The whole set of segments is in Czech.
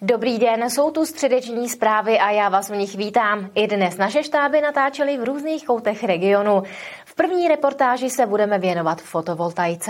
Dobrý den, jsou tu středeční zprávy a já vás v nich vítám. I dnes naše štáby natáčely v různých koutech regionu. V první reportáži se budeme věnovat fotovoltaice.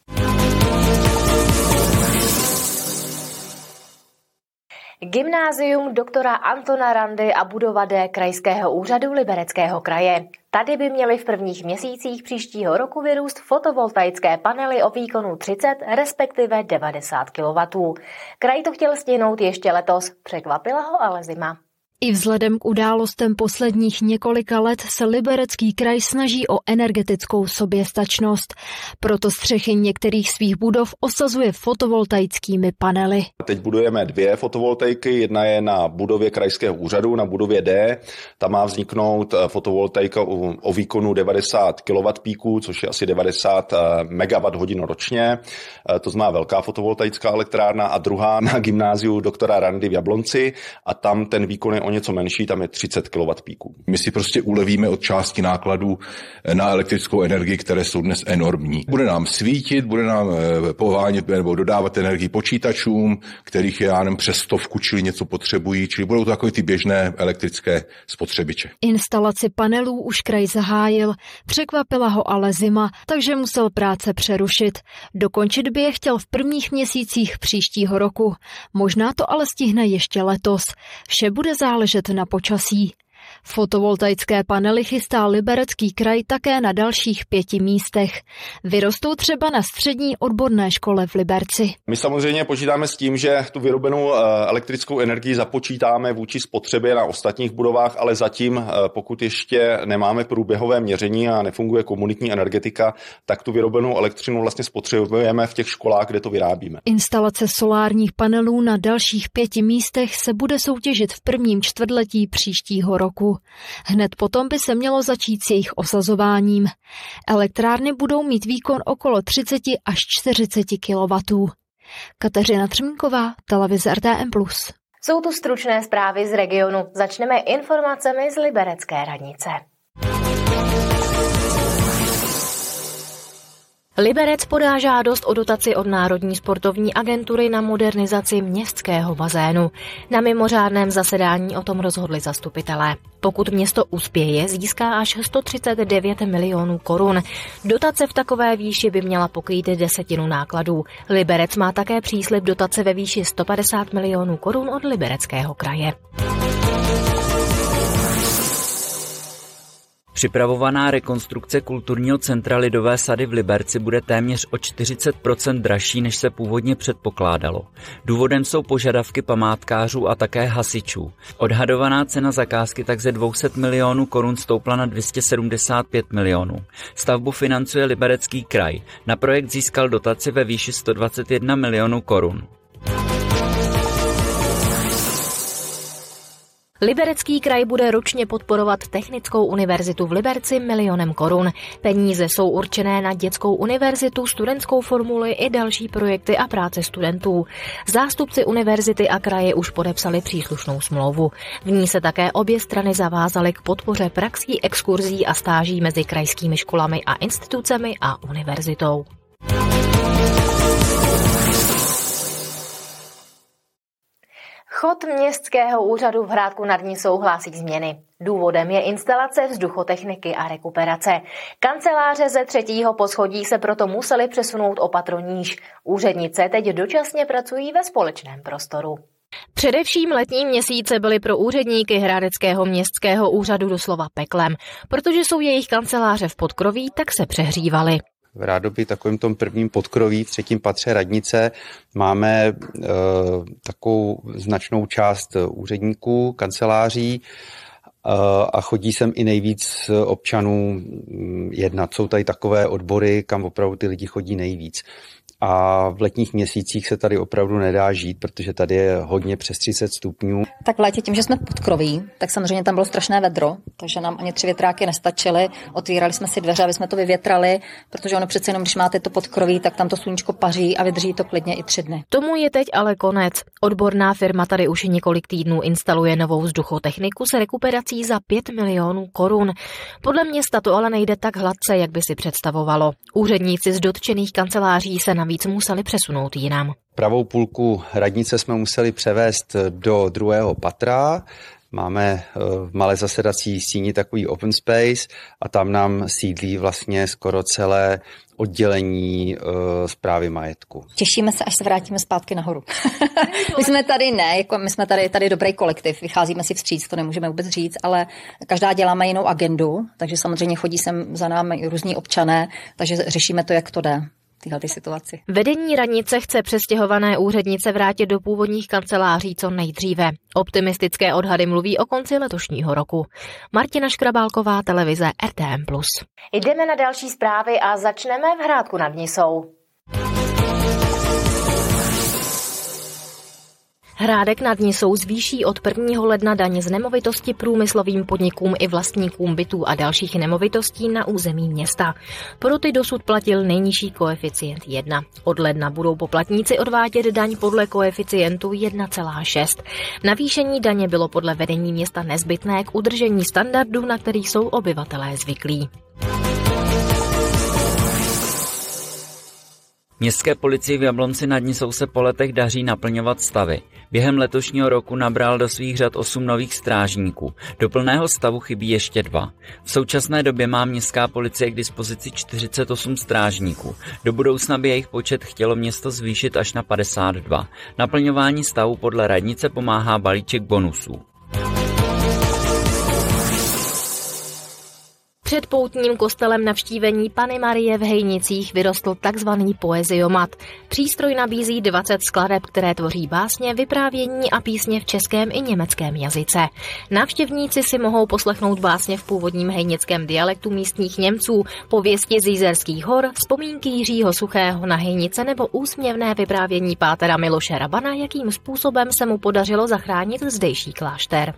Gymnázium doktora Antona Randy a budova D krajského úřadu Libereckého kraje. Tady by měly v prvních měsících příštího roku vyrůst fotovoltaické panely o výkonu 30, respektive 90 kW. Kraj to chtěl stihnout ještě letos, překvapila ho ale zima. I vzhledem k událostem posledních několika let se Liberecký kraj snaží o energetickou soběstačnost. Proto střechy některých svých budov osazuje fotovoltaickými panely. Teď budujeme 2 fotovoltaiky, jedna je na budově krajského úřadu, na budově D. Tam má vzniknout fotovoltaika o výkonu 90 kW píků, což je asi 90 MWh ročně. To znamená velká fotovoltaická elektrárna, a druhá na gymnáziu doktora Randy v Jablonci, a tam ten výkon je o něco menší, tam je 30 kW píků. My si prostě ulevíme od části nákladů na elektrickou energii, které jsou dnes enormní. Bude nám svítit, bude nám pohánět nebo dodávat energii počítačům, kterých je přes 100, čili něco potřebují, čili budou to takové ty běžné elektrické spotřebiče. Instalaci panelů už kraj zahájil, překvapila ho ale zima, takže musel práce přerušit. Dokončit by je chtěl v prvních měsících příštího roku. Možná to ale stihne ještě letos. Vše bude záležet na počasí. Fotovoltaické panely chystá Liberecký kraj také na dalších 5 místech. Vyrostou třeba na střední odborné škole v Liberci. My samozřejmě počítáme s tím, že tu vyrobenou elektrickou energii započítáme vůči spotřebě na ostatních budovách, ale zatím, pokud ještě nemáme průběhové měření a nefunguje komunitní energetika, tak tu vyrobenou elektřinu vlastně spotřebujeme v těch školách, kde to vyrábíme. Instalace solárních panelů na dalších 5 místech se bude soutěžit v prvním čtvrtletí příštího roku. Hned potom by se mělo začít s jejich osazováním. Elektrárny budou mít výkon okolo 30 až 40 kW. Kateřina Třmínková, televize RTM+. Jsou tu stručné zprávy z regionu. Začneme informacemi z Liberecké radnice. Liberec podá žádost o dotaci od Národní sportovní agentury na modernizaci městského bazénu. Na mimořádném zasedání o tom rozhodli zastupitelé. Pokud město uspěje, získá až 139 milionů korun. Dotace v takové výši by měla pokrýt 1/10 nákladů. Liberec má také příslib dotace ve výši 150 milionů korun od Libereckého kraje. Připravovaná rekonstrukce kulturního centra Lidové sady v Liberci bude téměř o 40% dražší, než se původně předpokládalo. Důvodem jsou požadavky památkářů a také hasičů. Odhadovaná cena zakázky tak ze 200 milionů korun stoupla na 275 milionů. Stavbu financuje Liberecký kraj. Na projekt získal dotaci ve výši 121 milionů korun. Liberecký kraj bude ročně podporovat Technickou univerzitu v Liberci 1 milionem korun. Peníze jsou určené na dětskou univerzitu, studentskou formuli i další projekty a práce studentů. Zástupci univerzity a kraje už podepsali příslušnou smlouvu. V ní se také obě strany zavázaly k podpoře praxí, exkurzí a stáží mezi krajskými školami a institucemi a univerzitou. Chod městského úřadu v Hrádku nad Nisou hlásí změny. Důvodem je instalace vzduchotechniky a rekuperace. Kanceláře ze 3. poschodí se proto musely přesunout o patro níž. Úřednice teď dočasně pracují ve společném prostoru. Především letní měsíce byly pro úředníky Hradeckého městského úřadu doslova peklem. Protože jsou jejich kanceláře v podkroví, tak se přehřívaly. V Rádoby, takovém tom prvním podkroví, v 3. patře radnice, máme takovou značnou část úředníků, kanceláří a chodí sem i nejvíc občanů jednat. Jsou tady takové odbory, kam opravdu ty lidi chodí nejvíc. A v letních měsících se tady opravdu nedá žít, protože tady je hodně přes 30 stupňů. Tak v létě tím, že jsme v podkroví, tak samozřejmě tam bylo strašné vedro, takže nám ani 3 větráky nestačily. Otvírali jsme si dveře, aby jsme to vyvětrali, protože ono přece jenom, když máte to podkroví, tak tam to sluníčko paří a vydrží to klidně i 3 dny. Tomu je teď ale konec. Odborná firma tady už několik týdnů instaluje novou vzduchotechniku s rekuperací za 5 milionů korun. Podle města to ale nejde tak hladce, jak by si představovalo. Úředníci z dotčených kanceláří se navíc navíc museli přesunout jinam. Pravou půlku radnice jsme museli převést do druhého patra. Máme v malé zasedací síni takový open space a tam nám sídlí vlastně skoro celé oddělení správy majetku. Těšíme se, až se vrátíme zpátky nahoru. My jsme tady my jsme tady dobrý kolektiv, vycházíme si vstříc, to nemůžeme vůbec říct, ale každá děláme jinou agendu, takže samozřejmě chodí sem za námi různí občané, takže řešíme to, jak to jde. Ty situaci. Vedení radnice chce přestěhované úřednice vrátit do původních kanceláří co nejdříve. Optimistické odhady mluví o konci letošního roku. Martina Škrabálková, televize RTM+. Jdeme na další zprávy a začneme v Hrádku nad Nisou. Hrádek nad Nisou zvýší od 1. ledna daň z nemovitosti průmyslovým podnikům i vlastníkům bytů a dalších nemovitostí na území města. Pro ty dosud platil nejnižší koeficient 1. Od ledna budou poplatníci odvádět daň podle koeficientu 1,6. Navýšení daně bylo podle vedení města nezbytné k udržení standardu, na který jsou obyvatelé zvyklí. Městské policii v Jablonci nad Nisou se po letech daří naplňovat stavy. Během letošního roku nabral do svých řad 8 nových strážníků. Do plného stavu chybí ještě 2. V současné době má městská policie k dispozici 48 strážníků. Do budoucna by jejich počet chtělo město zvýšit až na 52. Naplňování stavu podle radnice pomáhá balíček bonusů. Před poutním kostelem navštívení Panny Marie v Hejnicích vyrostl takzvaný poeziomat. Přístroj nabízí 20 skladeb, které tvoří básně, vyprávění a písně v českém i německém jazyce. Návštěvníci si mohou poslechnout básně v původním hejnickém dialektu místních Němců, pověsti z Jizerských hor, vzpomínky Jiřího Suchého na Hejnice nebo úsměvné vyprávění pátera Miloše Rabana, jakým způsobem se mu podařilo zachránit zdejší klášter.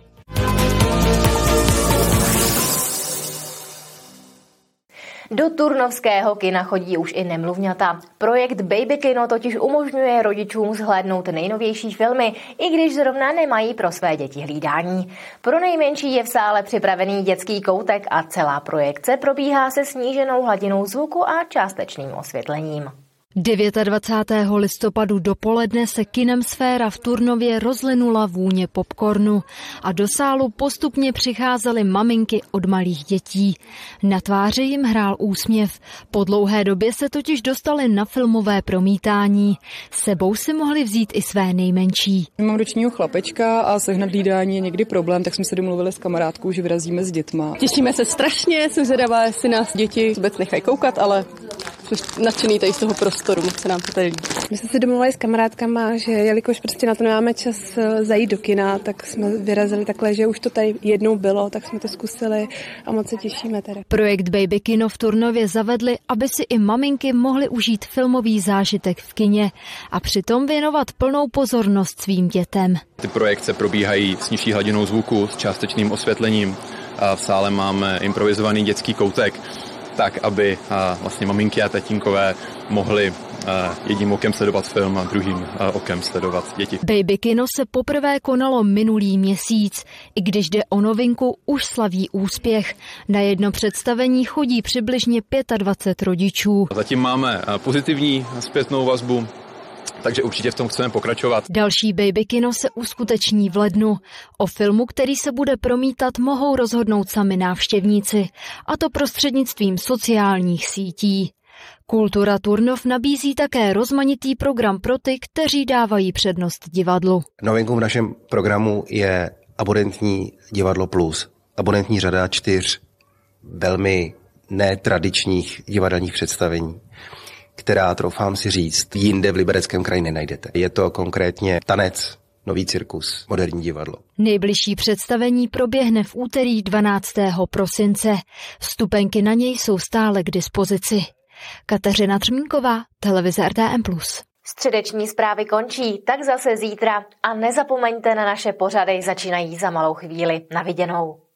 Do turnovského kina chodí už i nemluvňata. Projekt Baby Kino totiž umožňuje rodičům zhlédnout nejnovější filmy, i když zrovna nemají pro své děti hlídání. Pro nejmenší je v sále připravený dětský koutek a celá projekce probíhá se sníženou hladinou zvuku a částečným osvětlením. 29. listopadu dopoledne se kinem Sféra v Turnově rozlinula vůně popcornu a do sálu postupně přicházely maminky od malých dětí. Na tváři jim hrál úsměv. Po dlouhé době se totiž dostali na filmové promítání. S sebou si mohli vzít i své nejmenší. Mám ročního chlapečka a sehnat hlídání je někdy problém, tak jsme se domluvili s kamarádkou, že vyrazíme s dětma. Těšíme se strašně, jsem zvědavá, jestli nás děti vůbec nechají koukat, ale jsme nadšený tady z toho prostoru, moc se nám to tady líbí. My jsme se domluvili s kamarádkama, že jelikož prostě na to nemáme čas zajít do kina, tak jsme vyrazili takhle, že už to tady jednou bylo, tak jsme to zkusili a moc se těšíme tady. Projekt Baby Kino v Turnově zavedli, aby si i maminky mohly užít filmový zážitek v kině a přitom věnovat plnou pozornost svým dětem. Ty projekce probíhají s nižší hladinou zvuku, s částečným osvětlením. A v sále máme improvizovaný dětský koutek, tak, aby vlastně maminky a tatínkové mohli jedním okem sledovat film a druhým okem sledovat děti. Baby Kino se poprvé konalo minulý měsíc. I když jde o novinku, už slaví úspěch. Na jedno představení chodí přibližně 25 rodičů. Zatím máme pozitivní zpětnou vazbu, takže určitě v tom chceme pokračovat. Další Baby Kino se uskuteční v lednu. O filmu, který se bude promítat, mohou rozhodnout sami návštěvníci, a to prostřednictvím sociálních sítí. Kultura Turnov nabízí také rozmanitý program pro ty, kteří dávají přednost divadlu. Novinkou v našem programu je abonentní divadlo plus. Abonentní řada 4 velmi netradičních divadelních představení, která, troufám si říct, jinde v Libereckém kraji nenajdete. Je to konkrétně tanec, nový cirkus, moderní divadlo. Nejbližší představení proběhne v úterý 12. prosince. Vstupenky na něj jsou stále k dispozici. Kateřina Třmínková, televize RTM+. Středeční zprávy končí, tak zase zítra a nezapomeňte na naše pořady, začínají za malou chvíli. Na viděnou.